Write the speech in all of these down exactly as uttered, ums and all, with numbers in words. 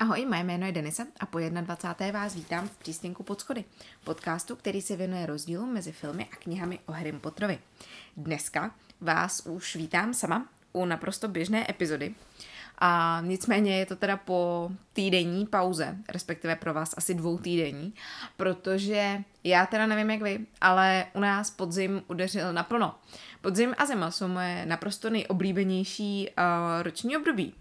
Ahoj, moje jméno je Denisa a po dvacáté první vás vítám v Přístinku pod schody, podcastu, který se věnuje rozdílům mezi filmy a knihami o Harrym Potterovi. Dneska vás už vítám sama u naprosto běžné epizody a nicméně je to teda po týdenní pauze, respektive pro vás asi dvou týdenní, protože já teda nevím jak vy, ale u nás podzim udeřil naplno. Podzim a zima jsou moje naprosto nejoblíbenější uh, roční období,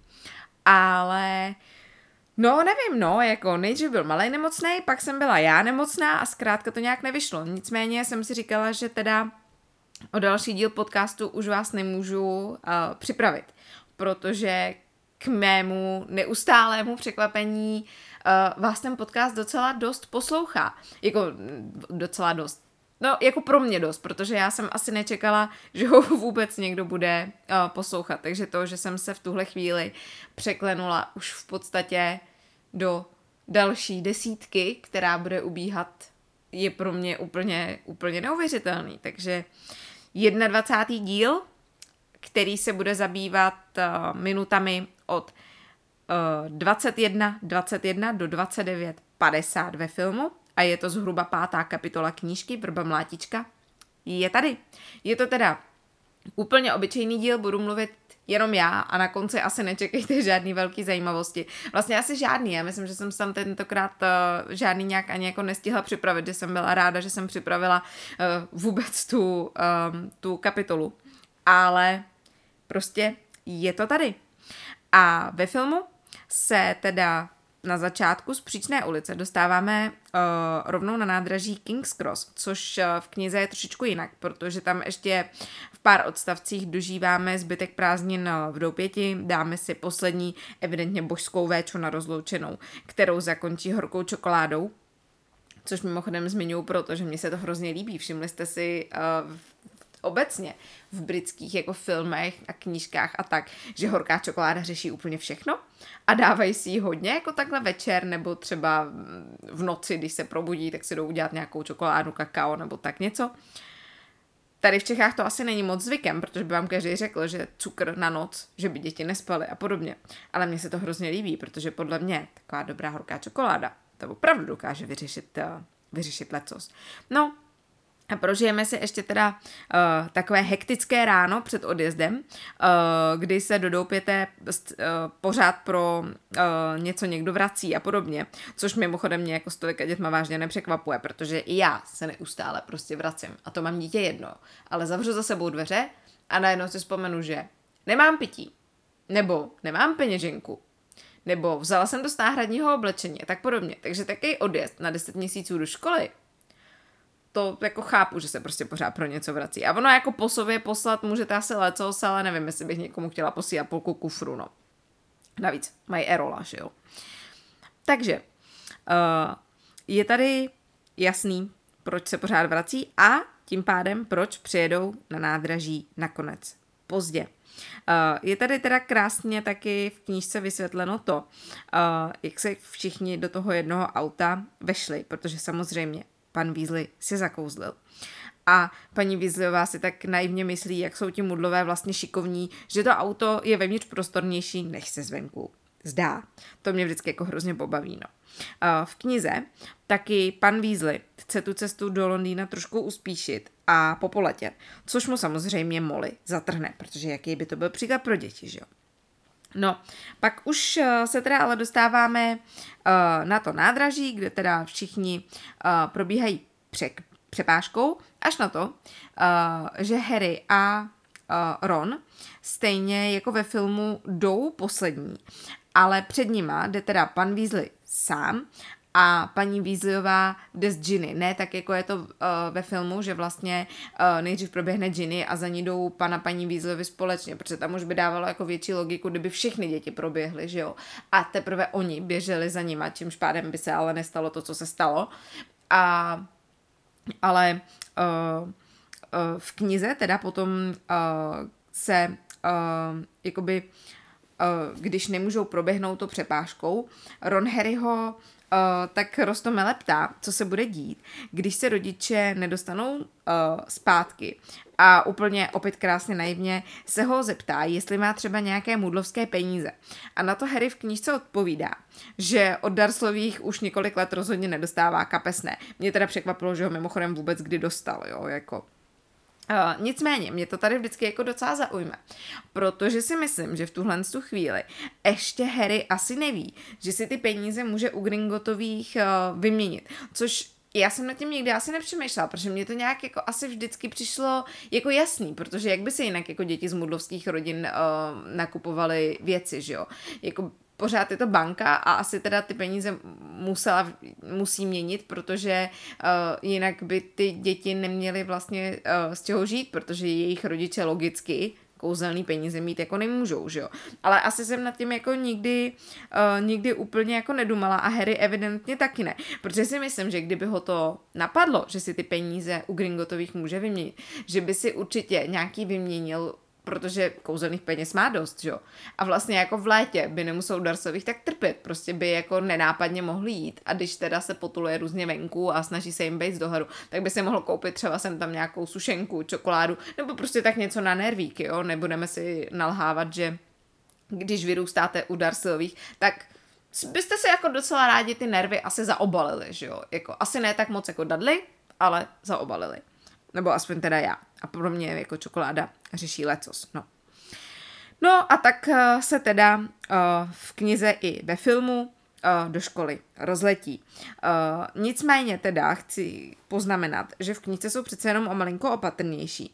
ale no, nevím, no, jako nejdřív byl malej nemocnej, pak jsem byla já nemocná a zkrátka to nějak nevyšlo. Nicméně jsem si říkala, že teda o další díl podcastu už vás nemůžu uh, připravit, protože k mému neustálému překvapení uh, vás ten podcast docela dost poslouchá. Jako docela dost. No, jako pro mě dost, protože já jsem asi nečekala, že ho vůbec někdo bude uh, poslouchat. Takže to, že jsem se v tuhle chvíli překlenula už v podstatě do další desítky, která bude ubíhat, je pro mě úplně, úplně neuvěřitelný. Takže dvacátý první díl, který se bude zabývat uh, minutami od uh, dvacet jedna dvacet jedna do dvacet devět padesát ve filmu a je to zhruba pátá kapitola knížky Vrba mlátička, je tady. Je to teda úplně obyčejný díl, budu mluvit jenom já a na konci asi nečekejte žádný velký zajímavosti. Vlastně asi žádný, já myslím, že jsem tam tentokrát uh, žádný nějak ani jako nestihla připravit, že jsem byla ráda, že jsem připravila uh, vůbec tu, um, tu kapitolu. Ale prostě je to tady. A ve filmu se teda na začátku z Příčné ulice dostáváme uh, rovnou na nádraží King's Cross, což uh, v knize je trošičku jinak, protože tam ještě v pár odstavcích dožíváme zbytek prázdnin v doupěti, dáme si poslední evidentně božskou véču na rozloučenou, kterou zakončí horkou čokoládou, což mimochodem zmiňuji, protože mně se to hrozně líbí. Všimli jste si uh, obecně v britských jako filmech a knížkách a tak, že horká čokoláda řeší úplně všechno a dávají si ji hodně jako takhle večer nebo třeba v noci, když se probudí, tak si jdou udělat nějakou čokoládu, kakao nebo tak něco. Tady v Čechách to asi není moc zvykem, protože by vám každý řekl, že cukr na noc, že by děti nespaly a podobně. Ale mně se to hrozně líbí, protože podle mě taková dobrá horká čokoláda to opravdu dokáže vyřešit, uh, vyřešit lecos. No, a prožijeme si ještě teda uh, takové hektické ráno před odjezdem, uh, kdy se do doupěte uh, pořád pro uh, něco někdo vrací a podobně, což mimochodem mě jako s tolika dětma vážně nepřekvapuje, protože i já se neustále prostě vracím a to mám dítě jedno, ale zavřu za sebou dveře a najednou si vzpomenu, že nemám pití, nebo nemám peněženku, nebo vzala jsem dost náhradního oblečení a tak podobně, takže takový odjezd na deset měsíců do školy, to jako chápu, že se prostě pořád pro něco vrací. A ono jako po sobě poslat můžete asi lecos, ale nevím, jestli bych někomu chtěla posílat půlku kufru, no. Navíc mají Erola, že jo. Takže uh, je tady jasný, proč se pořád vrací a tím pádem, proč přijedou na nádraží nakonec pozdě. Uh, je tady teda krásně taky v knížce vysvětleno to, uh, jak se všichni do toho jednoho auta vešli, protože samozřejmě pan Weasley si zakouzlil. A paní Weasleyová si tak naivně myslí, jak jsou ti mudlové vlastně šikovní, že to auto je vevnitř prostornější, než se zvenku zdá. To mě vždycky jako hrozně pobaví, no. V knize taky pan Weasley chce tu cestu do Londýna trošku uspíšit a popoletět, což mu samozřejmě Molly zatrhne, protože jaký by to byl příklad pro děti, že jo. No, pak už se teda ale dostáváme uh, na to nádraží, kde teda všichni uh, probíhají přek, přepážkou, až na to, uh, že Harry a uh, Ron stejně jako ve filmu jdou poslední, ale před nima jde teda pan Weasley sám a paní Weasleyová jde s Ginny. Ne tak, jako je to uh, ve filmu, že vlastně uh, nejdřív proběhne Ginny a za ní jdou pan a paní Weasleyovi společně, protože tam už by dávalo jako větší logiku, kdyby všechny děti proběhly, že jo. A teprve oni běželi za nima, čímž pádem by se ale nestalo to, co se stalo. A, ale uh, uh, v knize teda potom uh, se uh, jakoby když nemůžou proběhnout to přepážkou, Ron Harryho Uh, tak roztomile ptá, co se bude dít, když se rodiče nedostanou uh, zpátky a úplně opět krásně naivně se ho zeptá, jestli má třeba nějaké mudlovské peníze. A na to Harry v knížce odpovídá, že od Durslevyho už několik let rozhodně nedostává kapesné. Mě teda překvapilo, že ho mimochodem vůbec kdy dostal, jo, jako... Uh, nicméně, mě to tady vždycky jako docela zaujme, protože si myslím, že v tuhle tu chvíli ještě Harry asi neví, že si ty peníze může u Gringotových uh, vyměnit, což já jsem nad tím nikdy asi nepřemýšlela, protože mě to nějak jako asi vždycky přišlo jako jasný, protože jak by se jinak jako děti z mudlovských rodin uh, nakupovaly věci, že jo, jako pořád je to banka a asi teda ty peníze musela, musí měnit, protože uh, jinak by ty děti neměly vlastně uh, z čeho žít, protože jejich rodiče logicky kouzelný peníze mít jako nemůžou, že jo. Ale asi jsem nad tím jako nikdy, uh, nikdy úplně jako nedumala a Harry evidentně taky ne. Protože si myslím, že kdyby ho to napadlo, že si ty peníze u Gringotových může vyměnit, že by si určitě nějaký vyměnil, protože kouzelných peněz má dost, jo. A vlastně jako v létě by nemusel Durslevyho tak trpět, prostě by jako nenápadně mohli jít a když teda se potuluje různě venku a snaží se jim bejt z dohledu, tak by si mohl koupit třeba sem tam nějakou sušenku, čokoládu, nebo prostě tak něco na nervíky, jo. Nebudeme si nalhávat, že když vyrůstáte u Durslevyho, tak byste si jako docela rádi ty nervy asi zaobalili, že jo. Jako, asi ne tak moc jako Dudley, ale zaobalili. Nebo aspoň teda já. A pro mě jako čokoláda řeší lecos. No. No a tak uh, se teda uh, v knize i ve filmu uh, do školy rozletí. Uh, nicméně teda chci poznamenat, že v knize jsou přece jenom o malinko opatrnější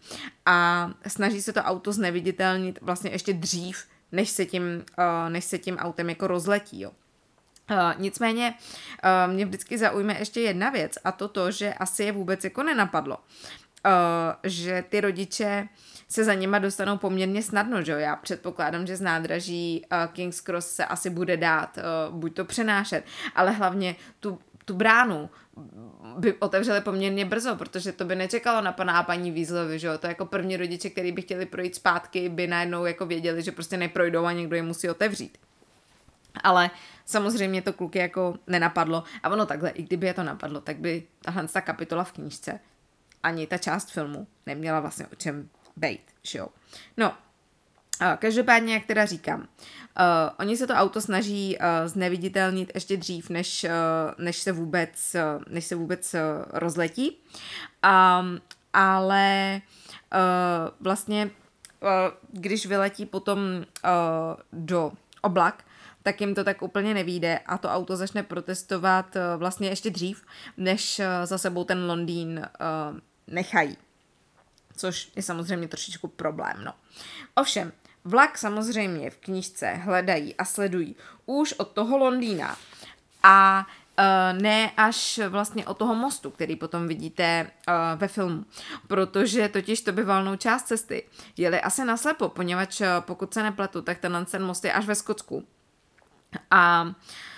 a snaží se to auto zneviditelnit vlastně ještě dřív, než se tím, uh, než se tím autem jako rozletí, jo. Uh, nicméně uh, mě vždycky zaujme ještě jedna věc a to to, že asi je vůbec jako nenapadlo. Uh, že ty rodiče se za nima dostanou poměrně snadno, že jo? Já předpokládám, že z nádraží uh, King's Cross se asi bude dát uh, buď to přenášet, ale hlavně tu, tu bránu by otevřeli poměrně brzo, protože to by nečekalo na pana a paní Weasleyovi, že jo? To jako první rodiče, který by chtěli projít zpátky, by najednou jako věděli, že prostě neprojdou a někdo je musí otevřít. Ale samozřejmě to kluky jako nenapadlo a ono takhle, i kdyby je to napadlo, tak by tahle ta kapitola v knížce ani ta část filmu neměla vlastně o čem bejt, že jo. No, každopádně, jak teda říkám, uh, oni se to auto snaží uh, zneviditelnit ještě dřív, než, uh, než se vůbec, uh, než se vůbec uh, rozletí, um, ale uh, vlastně, uh, když vyletí potom uh, do oblak, tak jim to tak úplně nevyjde a to auto začne protestovat uh, vlastně ještě dřív, než uh, za sebou ten Londýn uh, nechají. Což je samozřejmě trošičku problém, no. Ovšem, vlak samozřejmě v knížce hledají a sledují už od toho Londýna a uh, ne až vlastně od toho mostu, který potom vidíte uh, ve filmu. Protože totiž to by valnou část cesty jeli asi naslepo, poněvadž uh, pokud se nepletu, tak ten most je až ve Skotsku. A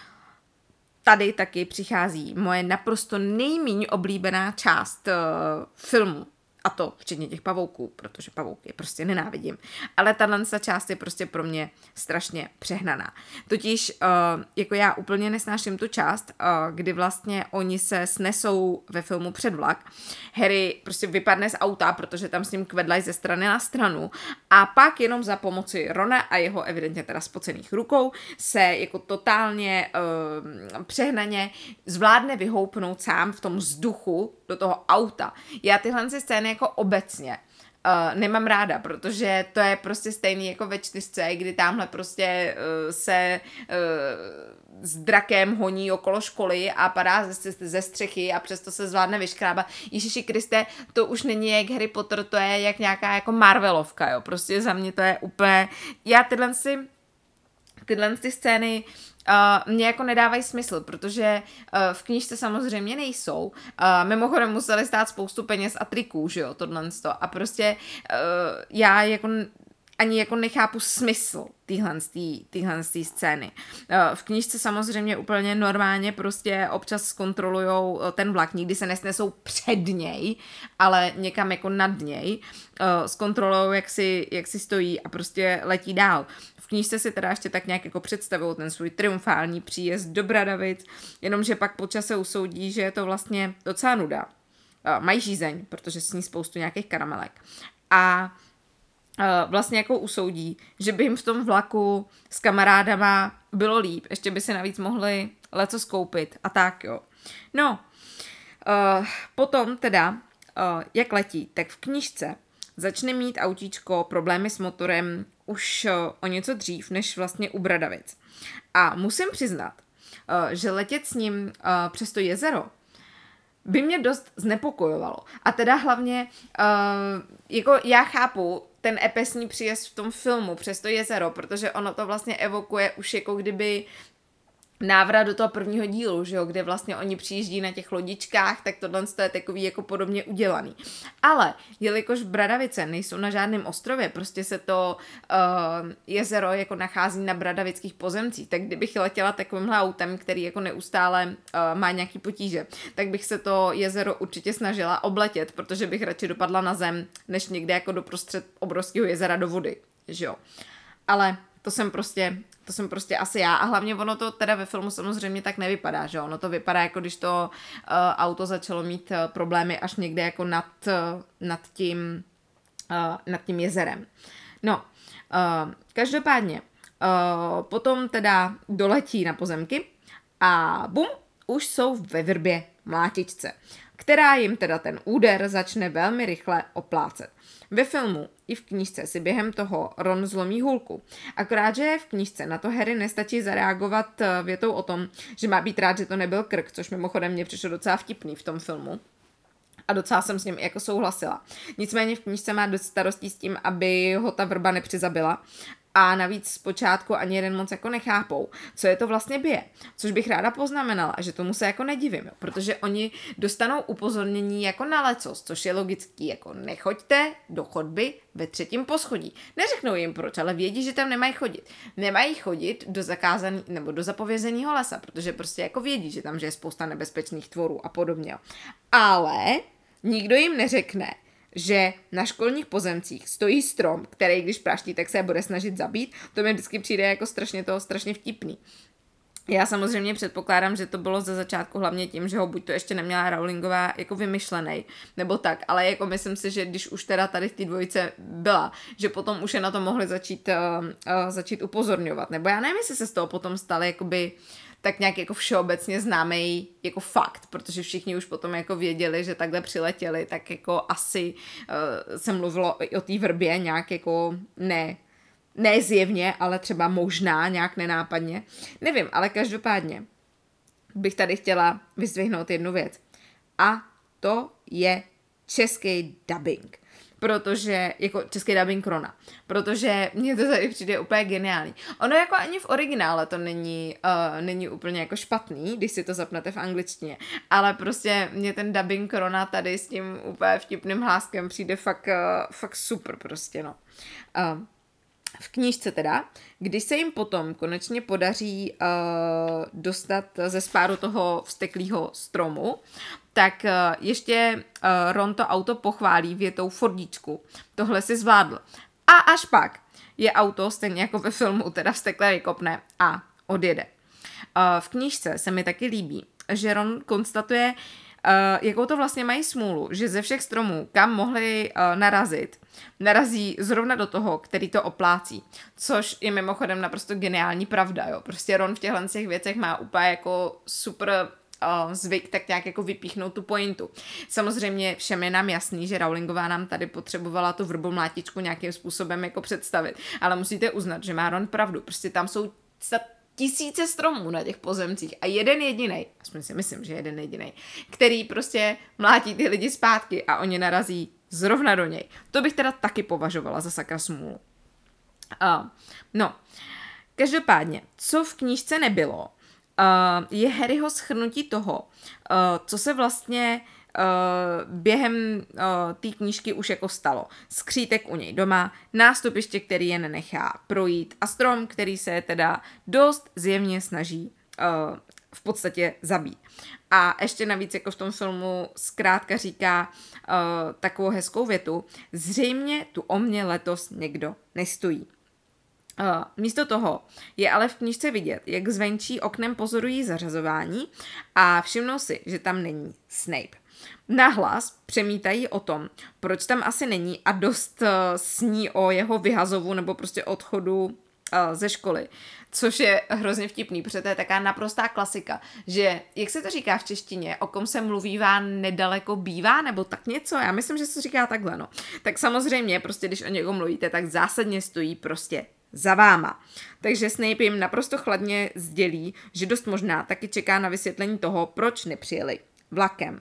tady taky přichází moje naprosto nejméně oblíbená část uh, filmu. A to včetně těch pavouků, protože pavouky prostě nenávidím. Ale tato část je prostě pro mě strašně přehnaná. Totiž uh, jako já úplně nesnáším tu část, uh, kdy vlastně oni se snesou ve filmu před vlak. Harry prostě vypadne z auta, protože tam s ním kvedlají ze strany na stranu a pak jenom za pomoci Rona a jeho evidentně teda spocených rukou se jako totálně uh, přehnaně zvládne vyhoupnout sám v tom vzduchu do toho auta. Já tyhle scény jako obecně uh, nemám ráda, protože to je prostě stejný jako ve čtyřce, kdy tamhle prostě uh, se uh, s drakem honí okolo školy a padá ze, ze střechy a přesto se zvládne vyškrábat. Ježiši Kriste, to už není jak Harry Potter, to je jak nějaká jako Marvelovka, jo. Prostě za mě to je úplně... Já tyhle si... Tyhle ty scény uh, mě jako nedávají smysl, protože uh, v knížce samozřejmě nejsou. Uh, mimochodem museli stát spoustu peněz a triků, že jo, tohle a prostě uh, já jako ani jako nechápu smysl téhle scény. Uh, v knížce samozřejmě úplně normálně prostě občas zkontrolujou ten vlak, nikdy se nesnesou před něj, ale někam jako nad něj. Uh, zkontrolujou, jak si, jak si stojí a prostě letí dál. V v knížce si teda ještě tak nějak jako představují ten svůj triumfální příjezd do Bradavic, jenomže pak po čase usoudí, že je to vlastně docela nuda. Mají žízeň, protože sní spoustu nějakých karamelek. A vlastně jako usoudí, že by jim v tom vlaku s kamarádama bylo líp, ještě by si navíc mohli leco skoupit a tak jo. No, uh, potom teda, uh, jak letí, tak v knížce začne mít autíčko problémy s motorem už uh, o něco dřív, než vlastně u Bradavic. A musím přiznat, uh, že letět s ním uh, přes to jezero by mě dost znepokojovalo. A teda hlavně, uh, jako já chápu ten epesní příjezd v tom filmu přes to jezero, protože ono to vlastně evokuje už jako kdyby návrat do toho prvního dílu, že jo, kde vlastně oni přijíždí na těch lodičkách, tak tohle je takový jako podobně udělaný. Ale jelikož Bradavice nejsou na žádném ostrově, prostě se to uh, jezero jako nachází na bradavických pozemcích, tak kdybych letěla takovýmhle autem, který jako neustále uh, má nějaký potíže, tak bych se to jezero určitě snažila obletět, protože bych radši dopadla na zem, než někde jako doprostřed obrovského jezera do vody, že jo. Ale to jsem prostě, to jsem prostě asi já a hlavně ono to teda ve filmu samozřejmě tak nevypadá, že ono to vypadá jako když to uh, auto začalo mít uh, problémy až někde jako nad, uh, nad tím uh, nad tím jezerem. No, uh, každopádně uh, potom teda doletí na pozemky a bum, už jsou ve vrbě mlátičce, která jim teda ten úder začne velmi rychle oplácet. Ve filmu i v knížce si během toho Ron zlomí hůlku. Akorát, že v knížce na to Harry nestačí zareagovat větou o tom, že má být rád, že to nebyl krk, což mimochodem mě přišlo docela vtipný v tom filmu. A docela jsem s ním jako souhlasila. Nicméně v knížce má dost starostí s tím, aby ho ta vrba nepřizabila. A navíc zpočátku ani jeden moc jako nechápou, co je to vlastně bije. Což bych ráda poznamenala, že tomu se jako nedivím, jo, protože oni dostanou upozornění jako na lecos, což je logický, jako nechoďte do chodby ve třetím poschodí. Neřeknou jim proč, ale vědí, že tam nemají chodit. Nemají chodit do zakázaný, nebo do zapovězeného lesa, protože prostě jako vědí, že tam že je spousta nebezpečných tvorů a podobně. Jo. Ale nikdo jim neřekne, že na školních pozemcích stojí strom, který když praští, tak se bude snažit zabít. To mi vždycky přijde jako strašně toho, strašně vtipný. Já samozřejmě předpokládám, že to bylo ze začátku hlavně tím, že ho buď to ještě neměla Rowlingová jako vymyšlenej, nebo tak, ale jako myslím si, že když už teda tady v té dvojice byla, že potom už je na to mohli začít, uh, uh, začít upozorňovat, nebo já nevím, jestli se z toho potom staly jakoby tak nějak jako všeobecně známý jako fakt, protože všichni už potom jako věděli, že takhle přiletěli, tak jako asi uh, se mluvilo i o té vrbě nějak jako ne, ne zjevně, ale třeba možná nějak nenápadně. Nevím, ale každopádně bych tady chtěla vyzdvihnout jednu věc. A to je český dubbing. Protože, jako český dubbing Rona, protože mně to tady přijde úplně geniální. Ono jako ani v originále to není, uh, není úplně jako špatný, když si to zapnete v angličtině, ale prostě mně ten dubbing Rona tady s tím úplně vtipným hláskem přijde fakt, uh, fakt super prostě, no. Uh, v knížce teda, když se jim potom konečně podaří uh, dostat ze spáru toho vzteklého stromu, tak uh, ještě uh, Ron to auto pochválí větou Fordíčku. Tohle si zvládl. A až pak je auto, stejně jako ve filmu, teda vztekle vykopne a odjede. Uh, v knížce se mi taky líbí, že Ron konstatuje, Uh, jakou to vlastně mají smůlu, že ze všech stromů, kam mohli uh, narazit, narazí zrovna do toho, který to oplácí. Což je mimochodem naprosto geniální pravda, jo. Prostě Ron v těchto těch věcech má úplně jako super uh, zvyk tak nějak jako vypíchnout tu pointu. Samozřejmě všem je nám jasný, že Rowlingová nám tady potřebovala tu vrbomlátičku nějakým způsobem jako představit, ale musíte uznat, že má Ron pravdu. Prostě tam jsou tisíce stromů na těch pozemcích a jeden jedinej, aspoň si myslím, že jeden jedinej, který prostě mlátí ty lidi zpátky a oni narazí zrovna do něj. To bych teda taky považovala za sakra smůlu. Uh, no, každopádně, co v knížce nebylo, uh, je Harryho shrnutí toho, uh, co se vlastně Uh, během uh, té knížky už jako stalo. Skřítek u něj doma, nástupiště, který je nenechá projít a strom, který se teda dost zjevně snaží uh, v podstatě zabít. A ještě navíc jako v tom filmu zkrátka říká uh, takovou hezkou větu, zřejmě tu o mě letos někdo nestojí. Uh, místo toho je ale v knížce vidět, jak zvenčí oknem pozorují zařazování a všimnou si, že tam není Snape. Nahlas přemítají o tom, proč tam asi není a dost uh, sní o jeho vyhazovu nebo prostě odchodu uh, ze školy. Což je hrozně vtipný, protože to je taká naprostá klasika, že, jak se to říká v češtině, o kom se mluvívá nedaleko bývá, nebo tak něco, já myslím, že se to říká takhle, no. Tak samozřejmě, prostě když o někom mluvíte, tak zásadně stojí prostě za váma. Takže Snape jim naprosto chladně sdělí, že dost možná taky čeká na vysvětlení toho, proč nepřijeli vlakem.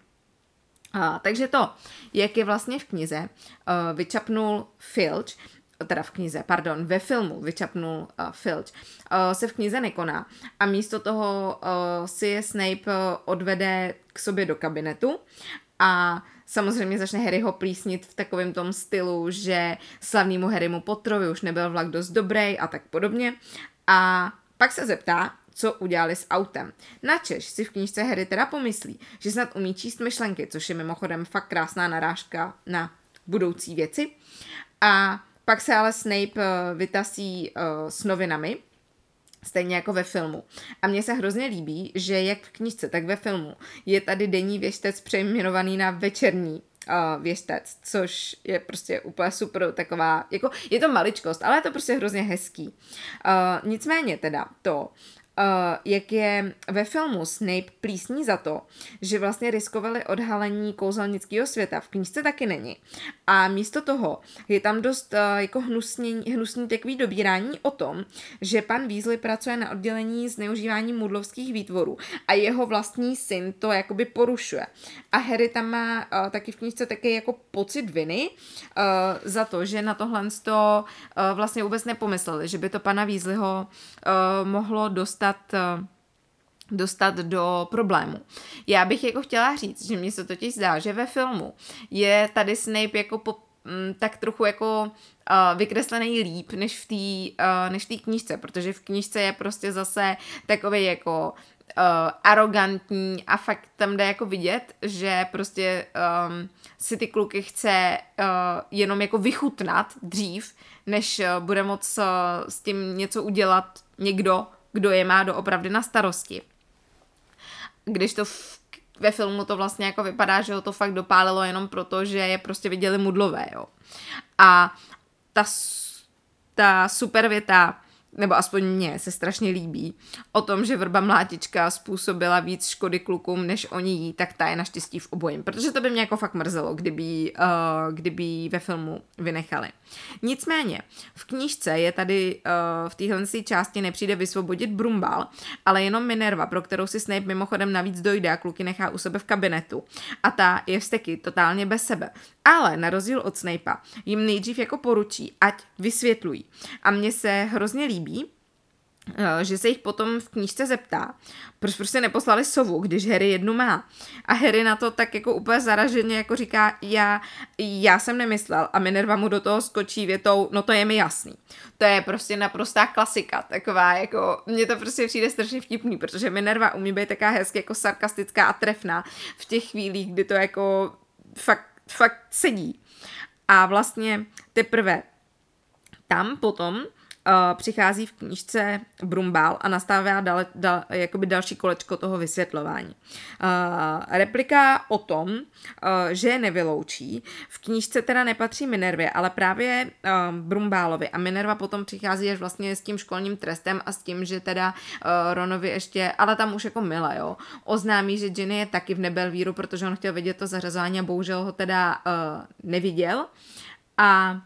A, takže to, jak je vlastně v knize, uh, vyčapnul Filch, teda v knize, pardon, ve filmu vyčapnul uh, Filch, uh, se v knize nekoná a místo toho uh, si je Snape uh, odvede k sobě do kabinetu a samozřejmě začne Harryho plísnit v takovém tom stylu, že slavnému Harrymu Potterovi už nebyl vlak dost dobrý a tak podobně. A pak se zeptá, co udělali s autem. Načež si v knížce Harry teda pomyslí, že snad umí číst myšlenky, což je mimochodem fakt krásná narážka na budoucí věci. A pak se ale Snape vytasí uh, s novinami, stejně jako ve filmu. A mně se hrozně líbí, že jak v knížce, tak ve filmu je tady denní věštec přejmenovaný na večerní uh, věštec, což je prostě úplně super taková, jako je to maličkost, ale je to prostě hrozně hezký. Uh, nicméně teda to, Uh, jak je ve filmu Snape plísní za to, že vlastně riskovali odhalení kouzelnického světa. V knížce taky není. A místo toho je tam dost uh, jako hnusný, hnusný takový dobírání o tom, že pan Weasley pracuje na oddělení zneužívání mudlovských výtvorů a jeho vlastní syn to jakoby porušuje. A Harry tam má uh, taky v knížce taky jako pocit viny uh, za to, že na tohle uh, vlastně vůbec nepomysleli, že by to pana Weasleyho uh, mohlo dostat dostat do problému. Já bych jako chtěla říct, že mně se totiž zdá, že ve filmu je tady Snape jako po, m, tak trochu jako uh, vykreslený líp než v té uh, než v té knížce, protože v knížce je prostě zase takový jako uh, arrogantní a fakt tam jde jako vidět, že prostě um, si ty kluky chce uh, jenom jako vychutnat dřív, než uh, bude moc uh, s tím něco udělat někdo, kdo je má doopravdy na starosti. Když to v, ve filmu to vlastně jako vypadá, že ho to fakt dopálilo jenom proto, že je prostě viděli mudlové, jo. A ta, ta super věta, nebo aspoň mně se strašně líbí, o tom, že vrba mlátička způsobila víc škody klukům, než oni jí, tak ta je naštěstí v obojím. Protože to by mě jako fakt mrzelo, kdyby, uh, kdyby ve filmu vynechali. Nicméně, v knížce je tady uh, v téhle části nepřijde vysvobodit Brumbál, ale jenom Minerva, pro kterou si Snape mimochodem navíc dojde a kluky nechá u sebe v kabinetu. A ta je vzteky totálně bez sebe. Ale na rozdíl od Snape'a jim nejdřív jako poručí, ať vysvětlují. A mně se hrozně líbí, že se jich potom v knížce zeptá, proč prostě neposlali sovu, když Harry jednu má. A Harry na to tak jako úplně zaraženě jako říká, já, já jsem nemyslel a Minerva mu do toho skočí větou, no to je mi jasný. To je prostě naprostá klasika, taková jako, mně to prostě přijde strašně vtipný, protože Minerva umí být taká hezky jako sarkastická a trefná v těch chvílích, kdy to jako fakt, fakt sedí. A vlastně teprve tam potom Uh, přichází v knížce Brumbál a nastává dal, dal, jakoby další kolečko toho vysvětlování. Uh, replika o tom, uh, že je nevyloučí, v knížce teda nepatří Minervě, ale právě uh, Brumbálovi a Minerva potom přichází až vlastně s tím školním trestem a s tím, že teda uh, Ronovi ještě, ale tam už jako Mila, jo, oznámí, že Ginny je taky v Nebelvíru, protože on chtěl vidět to zařazování a bohužel ho teda uh, neviděl. A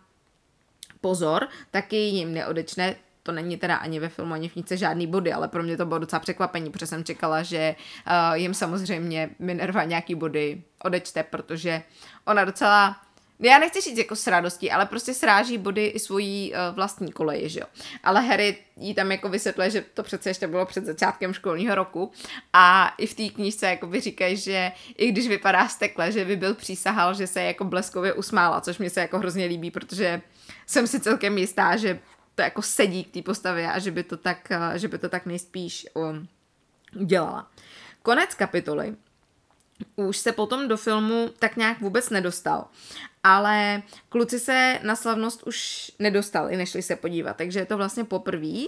pozor, taky jim neodečne, to není teda ani ve filmu, ani v knížce žádný body, ale pro mě to bylo docela překvapení, protože jsem čekala, že uh, jim samozřejmě Minerva nějaký body odečte, protože ona docela, já nechci říct jako s radostí, ale prostě sráží body i svojí uh, vlastní koleji, že jo. Ale Harry jí tam jako vysvětluje, že to přece ještě bylo před začátkem školního roku a i v té knížce jako by říkají, že i když vypadá stekle, že by byl přísahal, že se jako bleskově usmála, což mi se jako hrozně líbí, protože jsem si celkem jistá, že to jako sedí k té postavě a že by to tak, že by to tak nejspíš um, udělala. Konec kapitoly už se potom do filmu tak nějak vůbec nedostal. ale kluci se na slavnost už nedostali, nešli se podívat, takže je to vlastně poprvé,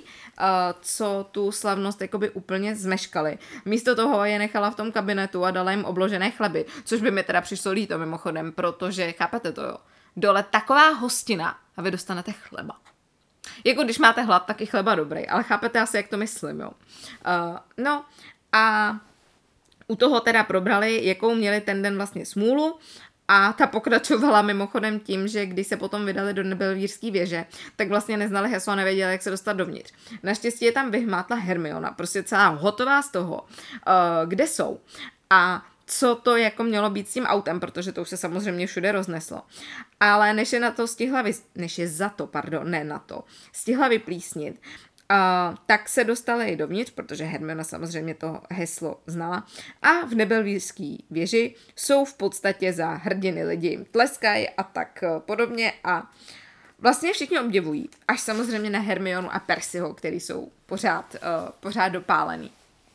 co tu slavnost jakoby úplně zmeškali. Místo toho je nechala v tom kabinetu a dala jim obložené chleby, což by mi teda přišlo líto mimochodem, protože chápete to, jo, dole taková hostina a vy dostanete chleba. Jako když máte hlad, tak i chleba dobrý, ale chápete asi, jak to myslím, jo. Uh, no a u toho teda probrali, jakou měli ten den vlastně smůlu, a ta pokračovala mimochodem tím, že když se potom vydali do Nebelvírské věže, tak vlastně neznali heslo a nevěděli, jak se dostat dovnitř. Naštěstí je tam vyhmátla Hermiona, prostě celá hotová z toho, uh, kde jsou. A co to jako mělo být s tím autem, protože to už se samozřejmě všude rozneslo. Ale než je na to stihla, vys- než je za to, pardon, ne na to, stihla vyplísnit, Uh, tak se dostali i dovnitř, protože Hermiona samozřejmě to heslo znala. A v Nebelvírské věži jsou v podstatě za hrdiny, lidi jim tleskají a tak uh, podobně a vlastně všichni obdivují. Až samozřejmě na Hermionu a Percyho, který jsou pořád, uh, pořád dopálený.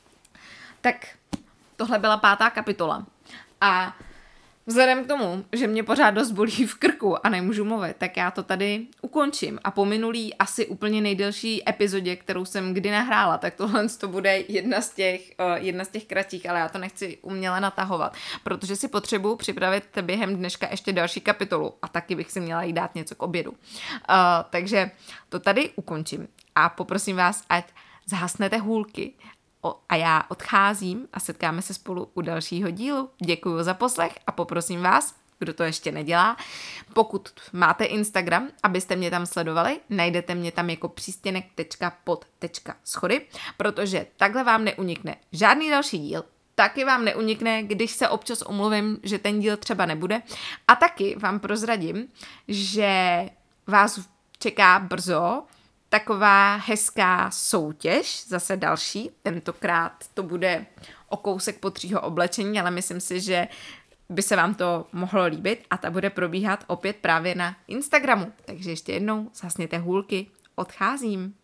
Tak tohle byla pátá kapitola. A vzhledem k tomu, že mě pořád dost bolí v krku a nemůžu mluvit, tak já to tady ukončím. A po minulý asi úplně nejdelší epizodě, kterou jsem kdy nahrála, tak tohle to bude jedna z těch, uh, jedna z těch kratších, ale já to nechci uměle natahovat, protože si potřebuji připravit během dneška ještě další kapitolu a taky bych si měla jí dát něco k obědu. Uh, takže to tady ukončím a poprosím vás, ať zhasnete hůlky a já odcházím a setkáme se spolu u dalšího dílu. Děkuji za poslech a poprosím vás, kdo to ještě nedělá, pokud máte Instagram, abyste mě tam sledovali, najdete mě tam jako přístěnek tečka pod tečka schody, protože takhle vám neunikne žádný další díl, taky vám neunikne, když se občas omluvím, že ten díl třeba nebude, a taky vám prozradím, že vás čeká brzo taková hezká soutěž, zase další, tentokrát to bude o kousek potřího oblečení, ale myslím si, že by se vám to mohlo líbit a ta bude probíhat opět právě na Instagramu. Takže ještě jednou zhasněte hůlky, odcházím.